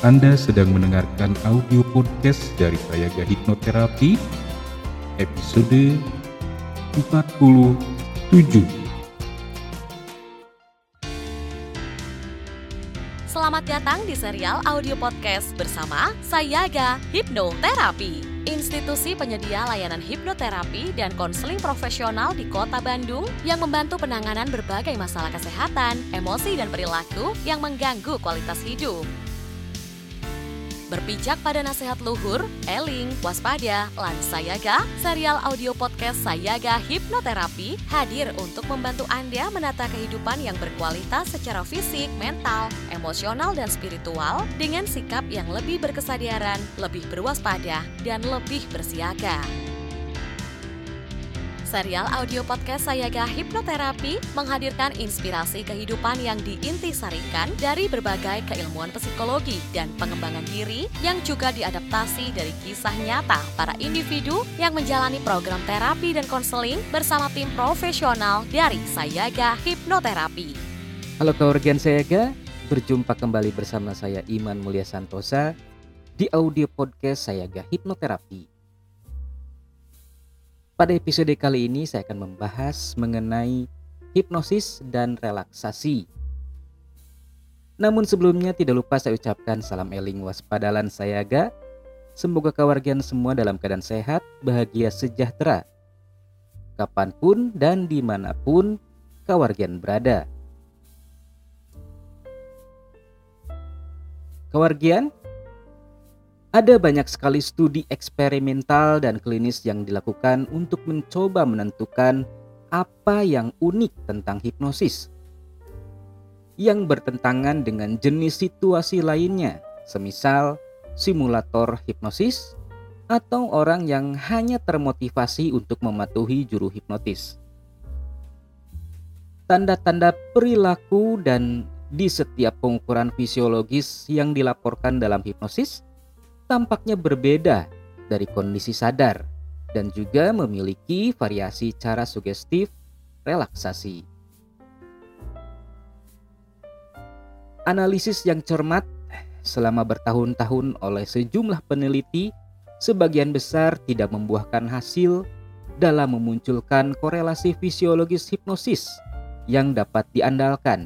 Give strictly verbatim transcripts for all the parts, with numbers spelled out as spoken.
Anda sedang mendengarkan audio podcast dari Sayaga Hipnoterapi episode empat puluh tujuh. Selamat datang di serial audio podcast bersama Sayaga Hipnoterapi, institusi penyedia layanan hipnoterapi dan konseling profesional di Kota Bandung yang membantu penanganan berbagai masalah kesehatan, emosi, dan perilaku yang mengganggu kualitas hidup. Berpijak pada nasihat luhur, eling, waspada, lan Sayaga, serial audio podcast Sayaga Hipnoterapi hadir untuk membantu Anda menata kehidupan yang berkualitas secara fisik, mental, emosional, dan spiritual dengan sikap yang lebih berkesadaran, lebih berwaspada, dan lebih bersiaga. Serial audio podcast Sayaga Hipnoterapi menghadirkan inspirasi kehidupan yang diintisarikan dari berbagai keilmuan psikologi dan pengembangan diri yang juga diadaptasi dari kisah nyata para individu yang menjalani program terapi dan konseling bersama tim profesional dari Sayaga Hipnoterapi. Halo keluarga Sayaga, berjumpa kembali bersama saya Iman Mulia Santosa di audio podcast Sayaga Hipnoterapi. Pada episode kali ini saya akan membahas mengenai hipnosis dan relaksasi. Namun sebelumnya tidak lupa saya ucapkan salam eling waspadalan Sayaga. Semoga keluarga semua dalam keadaan sehat, bahagia, sejahtera, kapanpun dan dimanapun keluarga berada. Keluarga, ada banyak sekali studi eksperimental dan klinis yang dilakukan untuk mencoba menentukan apa yang unik tentang hipnosis yang bertentangan dengan jenis situasi lainnya, semisal simulator hipnosis atau orang yang hanya termotivasi untuk mematuhi juru hipnotis. Tanda-tanda perilaku dan di setiap pengukuran fisiologis yang dilaporkan dalam hipnosis tampaknya berbeda dari kondisi sadar dan juga memiliki variasi cara sugestif relaksasi. Analisis yang cermat selama bertahun-tahun oleh sejumlah peneliti sebagian besar tidak membuahkan hasil dalam memunculkan korelasi fisiologis hipnosis yang dapat diandalkan.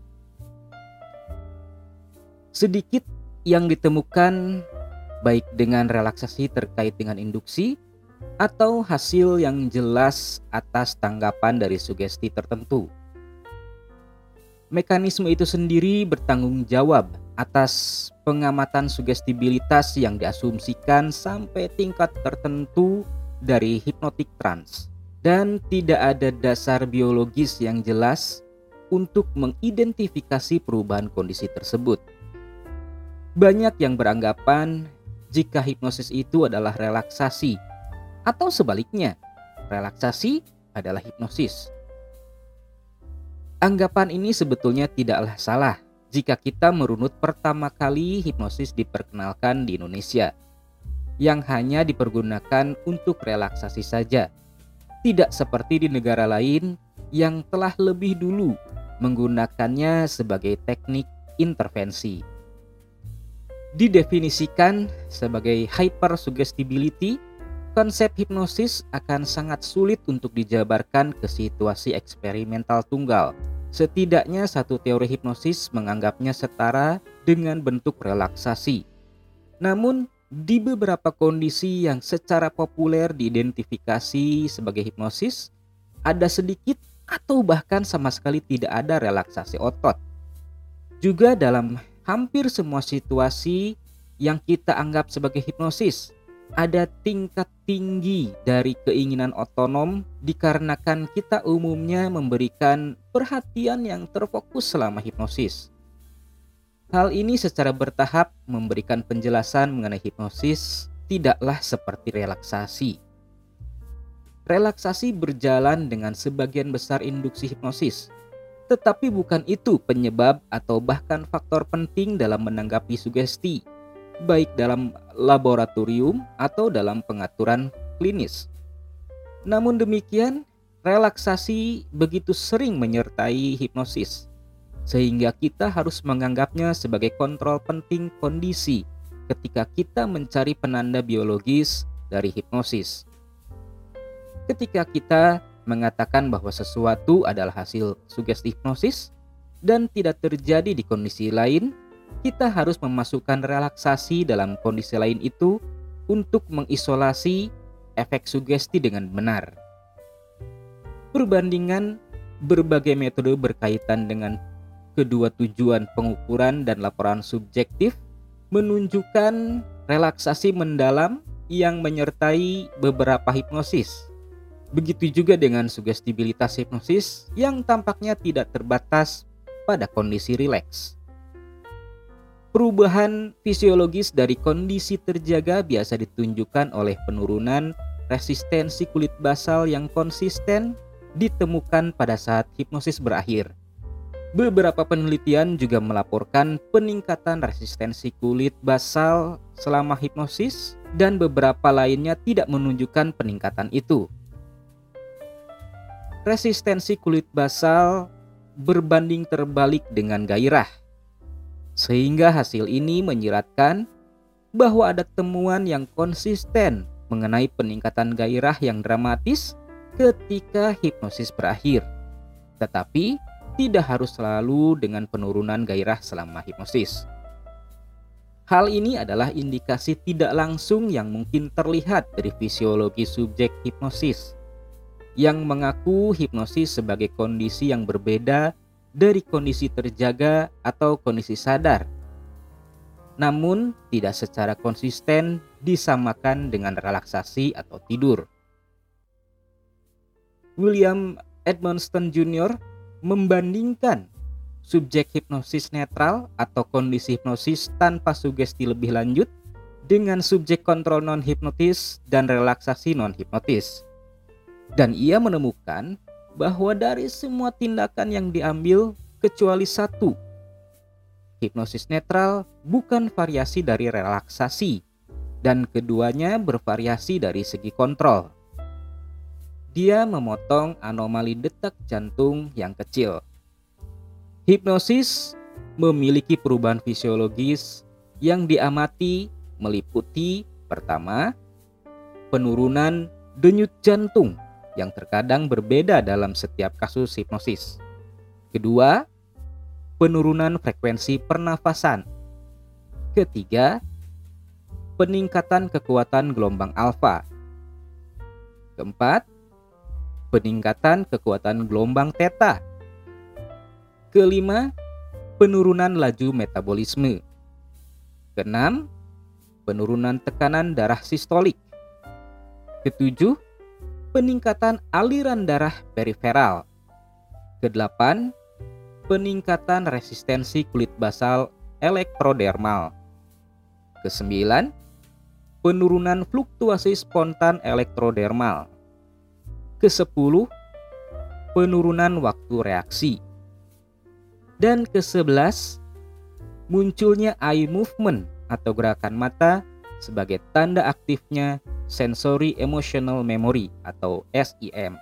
Sedikit yang ditemukan baik dengan relaksasi terkait dengan induksi atau hasil yang jelas atas tanggapan dari sugesti tertentu. Mekanisme itu sendiri bertanggung jawab atas pengamatan sugestibilitas yang diasumsikan sampai tingkat tertentu dari hypnotic trance, dan tidak ada dasar biologis yang jelas untuk mengidentifikasi perubahan kondisi tersebut. Banyak yang beranggapan jika hipnosis itu adalah relaksasi, atau sebaliknya, relaksasi adalah hipnosis. Anggapan ini sebetulnya tidaklah salah jika kita merunut pertama kali hipnosis diperkenalkan di Indonesia, yang hanya dipergunakan untuk relaksasi saja, tidak seperti di negara lain yang telah lebih dulu menggunakannya sebagai teknik intervensi. Didefinisikan sebagai hypersugestibility, konsep hipnosis akan sangat sulit untuk dijabarkan ke situasi eksperimental tunggal. Setidaknya satu teori hipnosis menganggapnya setara dengan bentuk relaksasi. Namun, di beberapa kondisi yang secara populer diidentifikasi sebagai hipnosis, ada sedikit atau bahkan sama sekali tidak ada relaksasi otot. Juga dalam hampir semua situasi yang kita anggap sebagai hipnosis, ada tingkat tinggi dari keinginan otonom dikarenakan kita umumnya memberikan perhatian yang terfokus selama hipnosis. Hal ini secara bertahap memberikan penjelasan mengenai hipnosis tidaklah seperti relaksasi. Relaksasi berjalan dengan sebagian besar induksi hipnosis, tetapi bukan itu penyebab atau bahkan faktor penting dalam menanggapi sugesti, baik dalam laboratorium atau dalam pengaturan klinis. Namun demikian, relaksasi begitu sering menyertai hipnosis, sehingga kita harus menganggapnya sebagai kontrol penting kondisi ketika kita mencari penanda biologis dari hipnosis. Ketika kita mengatakan bahwa sesuatu adalah hasil sugesti hipnosis dan tidak terjadi di kondisi lain, kita harus memasukkan relaksasi dalam kondisi lain itu untuk mengisolasi efek sugesti dengan benar. Perbandingan berbagai metode berkaitan dengan kedua tujuan pengukuran dan laporan subjektif menunjukkan relaksasi mendalam yang menyertai beberapa hipnosis. Begitu juga dengan sugestibilitas hipnosis yang tampaknya tidak terbatas pada kondisi rileks. Perubahan fisiologis dari kondisi terjaga biasa ditunjukkan oleh penurunan resistensi kulit basal yang konsisten ditemukan pada saat hipnosis berakhir. Beberapa penelitian juga melaporkan peningkatan resistensi kulit basal selama hipnosis dan beberapa lainnya tidak menunjukkan peningkatan itu. Resistensi kulit basal berbanding terbalik dengan gairah, sehingga hasil ini menyiratkan bahwa ada temuan yang konsisten mengenai peningkatan gairah yang dramatis ketika hipnosis berakhir, tetapi tidak harus selalu dengan penurunan gairah selama hipnosis. Hal ini adalah indikasi tidak langsung yang mungkin terlihat dari fisiologi subjek hipnosis, yang mengaku hipnosis sebagai kondisi yang berbeda dari kondisi terjaga atau kondisi sadar, namun tidak secara konsisten disamakan dengan relaksasi atau tidur. William Edmonston Junior membandingkan subjek hipnosis netral atau kondisi hipnosis tanpa sugesti lebih lanjut dengan subjek kontrol non-hipnotis dan relaksasi non-hipnotis. Dan ia menemukan bahwa dari semua tindakan yang diambil kecuali satu, hipnosis netral bukan variasi dari relaksasi, dan keduanya bervariasi dari segi kontrol. Dia memotong anomali detak jantung yang kecil. Hipnosis memiliki perubahan fisiologis yang diamati meliputi pertama, penurunan denyut jantung yang terkadang berbeda dalam setiap kasus hipnosis. Kedua, penurunan frekuensi pernafasan. Ketiga, peningkatan kekuatan gelombang alfa. Keempat, peningkatan kekuatan gelombang theta. Kelima, penurunan laju metabolisme. Keenam, penurunan tekanan darah sistolik. Ketujuh, peningkatan aliran darah periferal. Kedelapan, peningkatan resistensi kulit basal elektrodermal. Kesembilan, penurunan fluktuasi spontan elektrodermal. Kesepuluh, penurunan waktu reaksi. Dan kesebelas, munculnya eye movement atau gerakan mata sebagai tanda aktifnya Sensory Emotional Memory atau S E M.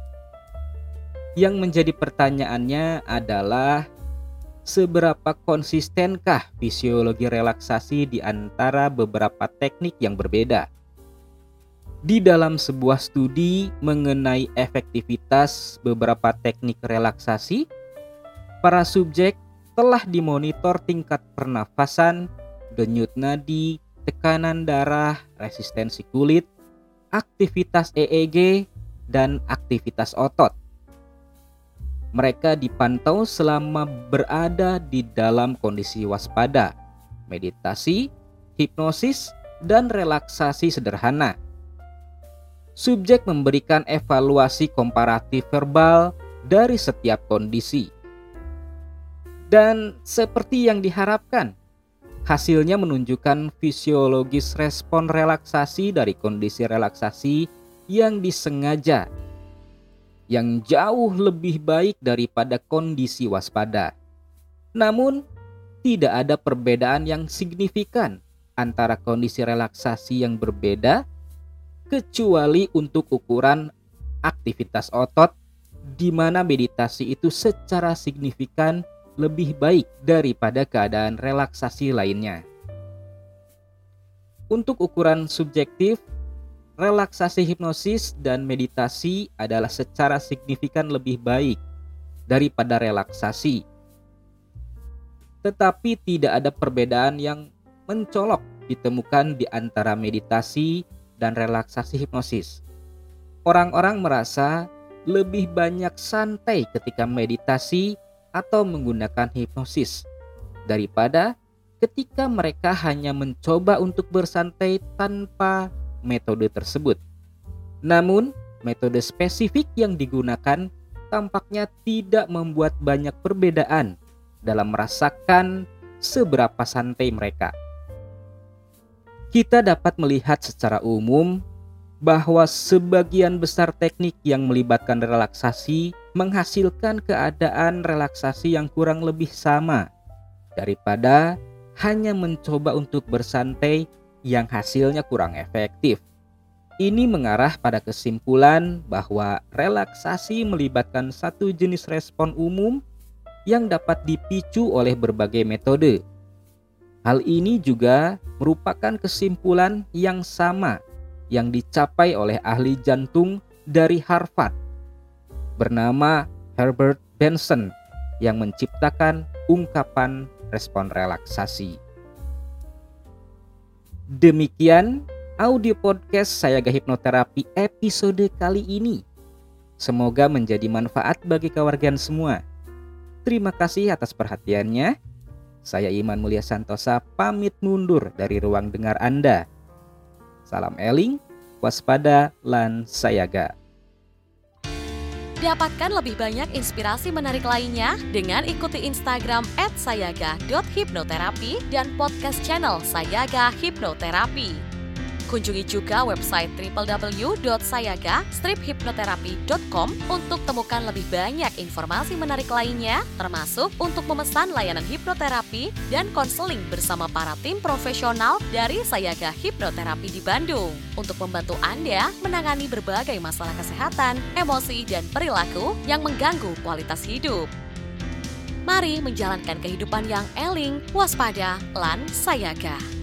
Yang menjadi pertanyaannya adalah seberapa konsistenkah fisiologi relaksasi di antara beberapa teknik yang berbeda? Di dalam sebuah studi mengenai efektivitas beberapa teknik relaksasi, para subjek telah dimonitor tingkat pernafasan, denyut nadi, tekanan darah, resistensi kulit, aktivitas E E G, dan aktivitas otot. Mereka dipantau selama berada di dalam kondisi waspada, meditasi, hipnosis, dan relaksasi sederhana. Subjek memberikan evaluasi komparatif verbal dari setiap kondisi. Dan seperti yang diharapkan, hasilnya menunjukkan fisiologis respon relaksasi dari kondisi relaksasi yang disengaja, yang jauh lebih baik daripada kondisi waspada. Namun, tidak ada perbedaan yang signifikan antara kondisi relaksasi yang berbeda, kecuali untuk ukuran aktivitas otot, di mana meditasi itu secara signifikan lebih baik daripada keadaan relaksasi lainnya. Untuk ukuran subjektif, relaksasi hipnosis dan meditasi adalah secara signifikan lebih baik daripada relaksasi. Tetapi tidak ada perbedaan yang mencolok ditemukan di antara meditasi dan relaksasi hipnosis. Orang-orang merasa lebih banyak santai ketika meditasi atau menggunakan hipnosis daripada ketika mereka hanya mencoba untuk bersantai tanpa metode tersebut. Namun, metode spesifik yang digunakan tampaknya tidak membuat banyak perbedaan dalam merasakan seberapa santai mereka. Kita dapat melihat secara umum bahwa sebagian besar teknik yang melibatkan relaksasi menghasilkan keadaan relaksasi yang kurang lebih sama daripada hanya mencoba untuk bersantai yang hasilnya kurang efektif. Ini mengarah pada kesimpulan bahwa relaksasi melibatkan satu jenis respon umum yang dapat dipicu oleh berbagai metode. Hal ini juga merupakan kesimpulan yang sama yang dicapai oleh ahli jantung dari Harvard bernama Herbert Benson yang menciptakan ungkapan respon relaksasi. Demikian audio podcast Sayaga Hipnoterapi episode kali ini. Semoga menjadi manfaat bagi kewargian semua. Terima kasih atas perhatiannya. Saya Iman Mulia Santosa pamit mundur dari ruang dengar Anda. Salam eling, waspada, lan sayaga. Dapatkan lebih banyak inspirasi menarik lainnya dengan ikuti Instagram et sayaga dot hipnoterapi dan podcast channel Sayaga Hipnoterapi. Kunjungi juga website w w w dot sayaga strip hipnoterapi dot com untuk temukan lebih banyak informasi menarik lainnya, termasuk untuk memesan layanan hipnoterapi dan konseling bersama para tim profesional dari Sayaga Hipnoterapi di Bandung untuk membantu Anda menangani berbagai masalah kesehatan, emosi, dan perilaku yang mengganggu kualitas hidup. Mari menjalankan kehidupan yang eling, waspada, lan sayaga.